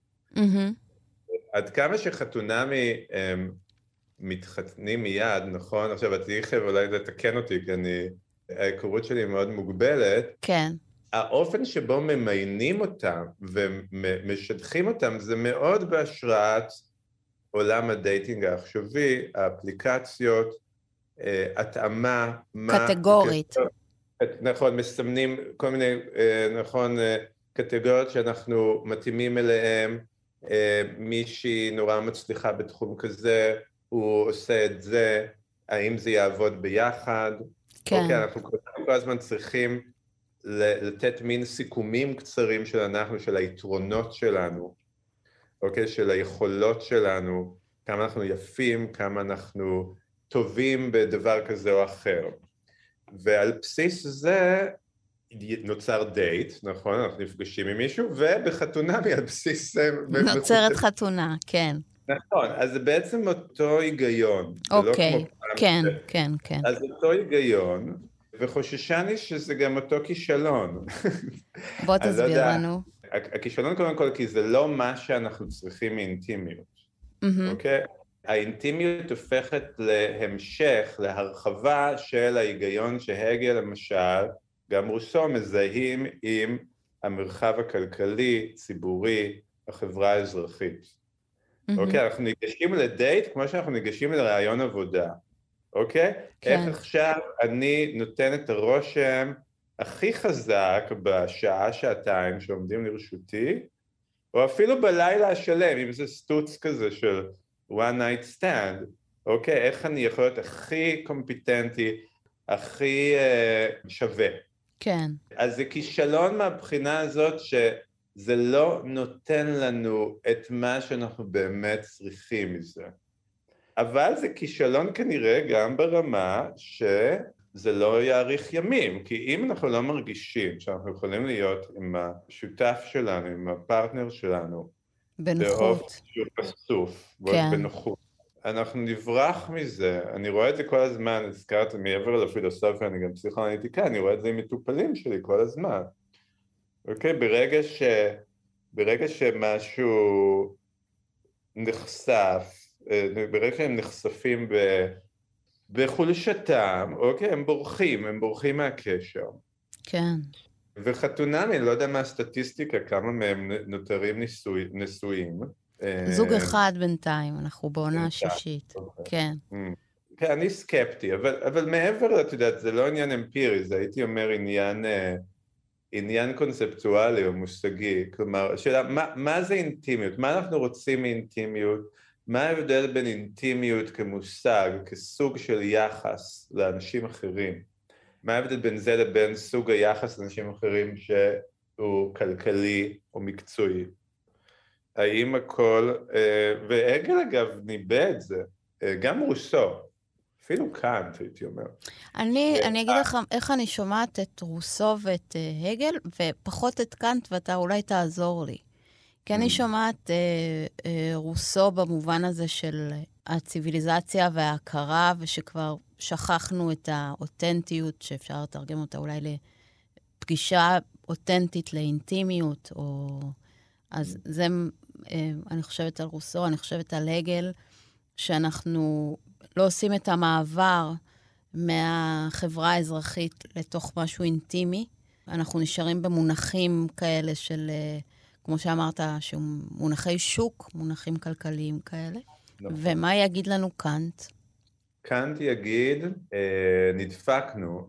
עד כמה שחתונמי מתחתנים מיד, נכון? עכשיו, את תיכף אולי לתקן אותי, כי ההיכרות שלי מאוד מוגבלת. כן. האופן שבו ממיינים אותם ומשדכים אותם, זה מאוד בהשראת עולם הדייטינג העכשווי, האפליקציות, התאמה. קטגורית. נכון, מסמנים כל מיני, נכון, קטגוריות שאנחנו מתאימים אליהם, מישהי נורא מצליחה בתחום כזה, הוא עושה את זה, האם זה יעבוד ביחד? כן. אוקיי, אנחנו כל הזמן צריכים לתת מין סיכומים קצרים של היתרונות שלנו, אוקיי? של היכולות שלנו, כמה אנחנו יפים, כמה אנחנו טובים בדבר כזה או אחר. ועל בסיס זה נוצר דייט, נכון? אנחנו נפגשים עם מישהו, ובחתונה על בסיס זה... נוצרת חתונה, כן. נכון, אז זה בעצם אותו היגיון. אוקיי, כן, כן, כן. אז אותו היגיון, וחוששני שזה גם אותו כישלון. בוא תסביר לנו. הכישלון קודם כל, כי זה לא מה שאנחנו צריכים מאינטימיות, אוקיי? האינטימיות הופכת להמשך, להרחבה של ההיגיון שהגל למשל, גם רוסו מזהים עם המרחב הכלכלי, ציבורי, החברה האזרחית. אוקיי, אנחנו ניגשים לדייט כמו שאנחנו ניגשים לרעיון עבודה, אוקיי? איך עכשיו אני נותן את הרושם הכי חזק בשעה, שעתיים שעומדים לרשותי, או אפילו בלילה השלם, אם זה סטוץ כזה של one night stand, אוקיי? איך אני יכול להיות הכי קומפיטנטי, הכי שווה. כן. אז זה כישלון מהבחינה הזאת שזה לא נותן לנו את מה שאנחנו באמת צריכים מזה. אבל זה כישלון כנראה גם ברמה שזה לא יאריך ימים, כי אם אנחנו לא מרגישים שאנחנו יכולים להיות עם השותף שלנו, עם הפרטנר שלנו, בנוחות. שהוא חשוף, בנוחות. אנחנו נברח מזה, אני רואה את זה כל הזמן, הזכרת מעבר לפילוסופיה, אני גם פסיכואנליטיקאי, אני רואה את זה עם מטופלים שלי כל הזמן. אוקיי, ברגע שמשהו נחשף, ברגע שהם נחשפים בחולשתם, אוקיי, הם בורחים מהקשר. כן. וחתונמי, אני לא יודע מה הסטטיסטיקה, כמה מהם נותרים נשואים. זוג אחד בינתיים, אנחנו בעונה השישית. כן. כן, אני סקפטי, אבל מעבר, את יודעת, זה לא עניין אמפירי, זה הייתי אומר עניין קונספטואלי או מושגי, כלומר, השאלה, מה זה אינטימיות? מה אנחנו רוצים מאינטימיות? מה ההבדל בין אינטימיות כמושג, כסוג של יחס לאנשים אחרים? מה ההבדל בין זה לבין סוג היחס לאנשים אחרים שהוא כלכלי או מקצועי? האם הכל, והגל אגב ניבא את זה, גם רוסו, אפילו קאנט הייתי אומר. אני אגיד לך איך אני שומעת את רוסו ואת הגל, ופחות את קאנט, ואתה אולי תעזור לי. כי אני שומעת רוסו במובן הזה של הציביליזציה וההכרה, ושכבר שכחנו את האותנטיות, שאפשר לתרגם אותה אולי לפגישה אותנטית לאינטימיות, או... אז זה, אני חושבת על רוסו, אני חושבת על הגל, שאנחנו לא עושים את המעבר מהחברה האזרחית לתוך משהו אינטימי. אנחנו נשארים במונחים כאלה של, כמו שאמרת, מונחי שוק, מונחים כלכליים כאלה. נכון. ומה יגיד לנו קאנט? קאנט יגיד, נדפקנו.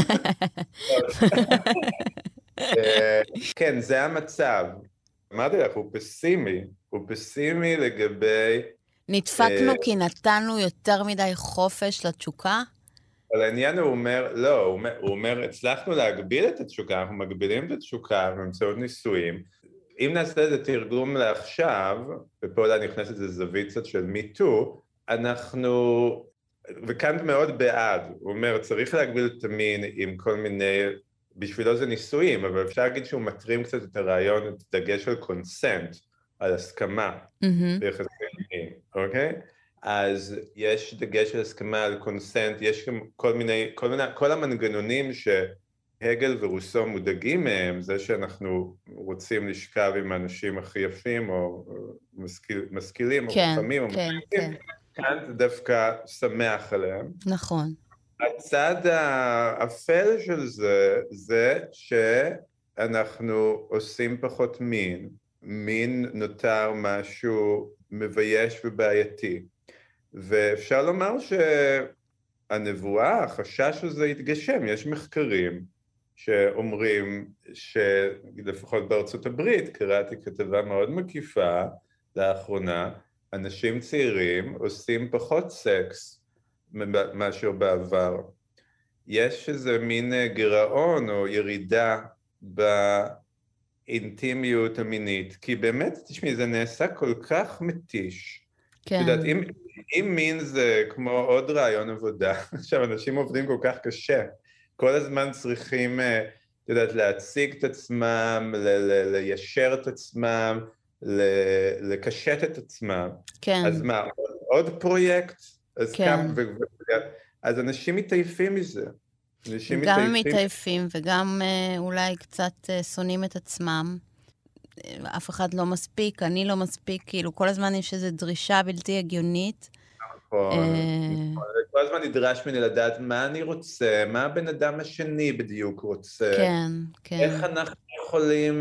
כן, זה המצב. אמרתי לך, הוא פסימי לגבי... נדפקנו כי נתנו יותר מדי חופש לתשוקה? אבל העניין הוא אומר, לא, הוא אומר, הצלחנו להגביל את התשוקה, אנחנו מגבילים את התשוקה באמצעות ניסויים. אם נעשה את זה תרגום לעכשיו, ופה אולי נכנסת איזה זווית קצת של מיטו, אנחנו, וקאנט מאוד בעד, הוא אומר, צריך להגביל את המין עם כל מיני, בשבילו זה ניסויים, אבל אפשר להגיד שהוא מטרים קצת את הרעיון, את דגש על קונסנט, על הסכמה, ביחסים מין, אוקיי? אז יש דגש על הסכמה, על קונסנט, יש גם כל המנגנונים שהגל ורוסו מודאגים מהם, זה שאנחנו רוצים לשכב עם האנשים הכי יפים, או משכילים, או חכמים, או משכילים, קאנט דווקא שמח עליהם. נכון. הצד האפל של זה שאנחנו עושים פחות מין. מין נותר משהו מבייש ובעייתי. ואפשר לומר שהנבואה, החשש הזה יתגשם. יש מחקרים שאומרים שלפחות בארצות הברית, קראתי כתבה מאוד מקיפה לאחרונה, אנשים צעירים עושים פחות סקס מאשר בעבר. יש איזה מין גירעון או ירידה האינטימיות המינית, כי באמת, תשמעי, זה נעשה כל כך מתיש. כן. יודעת, אם מין זה כמו עוד רעיון עבודה, עכשיו אנשים עובדים כל כך קשה, כל הזמן צריכים, יודעת, להציג את עצמם, ליישר את עצמם, לקשט את עצמם. כן. אז מה, עוד פרויקט? אז כן. אז אנשים מתעייפים מזה. גם מתעייפים וגם אולי קצת שונאים את עצמם. אף אחד לא מספיק, אני לא מספיק, כאילו כל הזמן יש איזו דרישה בלתי הגיונית. נכון. כל הזמן נדרש ממני לדעת מה אני רוצה, מה הבן אדם השני בדיוק רוצה. כן, כן. איך אנחנו יכולים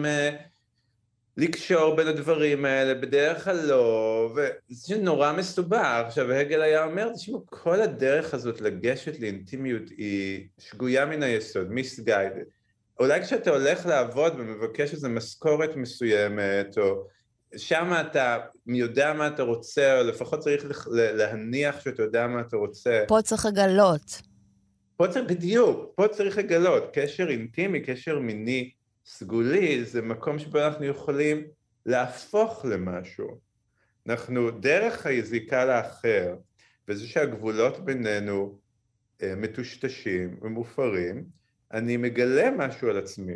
לקשור בין הדברים האלה, בדרך כלל לא, וזה נורא מסובך. עכשיו, הגל היה אומר, תשמעו, כל הדרך הזאת לגשת לאינטימיות היא שגויה מן היסוד, מיסגיידד. אולי כשאתה הולך לעבוד ומבקש איזו משכורת מסוימת, או שם אתה יודע מה אתה רוצה, או לפחות צריך להניח שאתה יודע מה אתה רוצה. פה צריך לגלות. בדיוק, פה צריך לגלות. קשר אינטימי, קשר מיני, סגולי, זה מקום שבו אנחנו יכולים להפוך למשהו. אנחנו דרך היזיקה לאחר, וזה שהגבולות בינינו מטושטשים ומופרים, אני מגלה משהו על עצמי.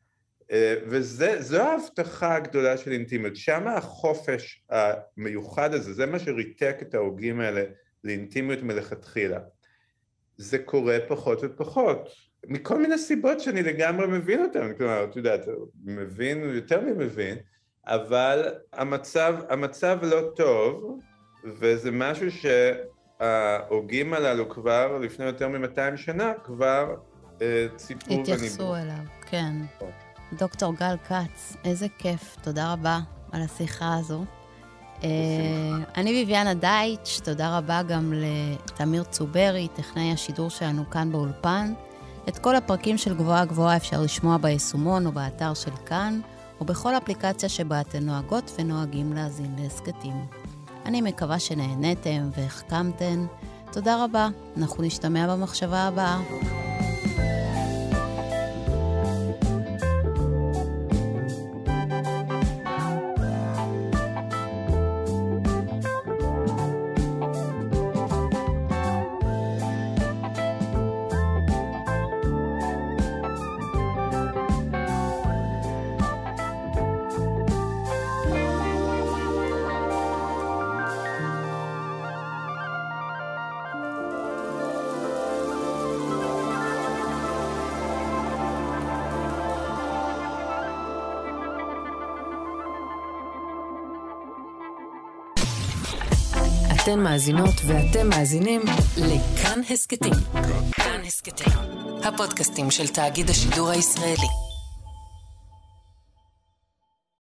וזו ההבטחה הגדולה של אינטימיות. שם החופש המיוחד הזה, זה מה שריתק את ההוגים האלה לאינטימיות מלכתחילה. זה קורה פחות ופחות. מכל מיני סיבות שאני לגמרי מבין אותן, כלומר, אתה יודעת, מבין, יותר ממבין, אבל המצב לא טוב, וזה משהו שההוגים הללו כבר לפני יותר מ-200 שנה, כבר ציפו וניבאו. התייחסו אליו, כן. דוקטור גל כץ, איזה כיף, תודה רבה על השיחה הזו. אני ביביאנה דייטש, תודה רבה גם לתמיר צוברי, טכנאי השידור שלנו כאן באולפן. את כל הפרקים של גבוהה גבוהה אפשר לשמוע ביישומון או באתר של כאן, או בכל אפליקציה שבה אתן נוהגות ונוהגים להאזין להסכתים. אני מקווה שנהנתם והחכמתן. תודה רבה, אנחנו נשתמע במחשבה הבאה. אתן מאזינות ואתם מאזינים לכאן הסכתים. כאן הסכתים, הפודקאסטים של תאגיד השידור הישראלי.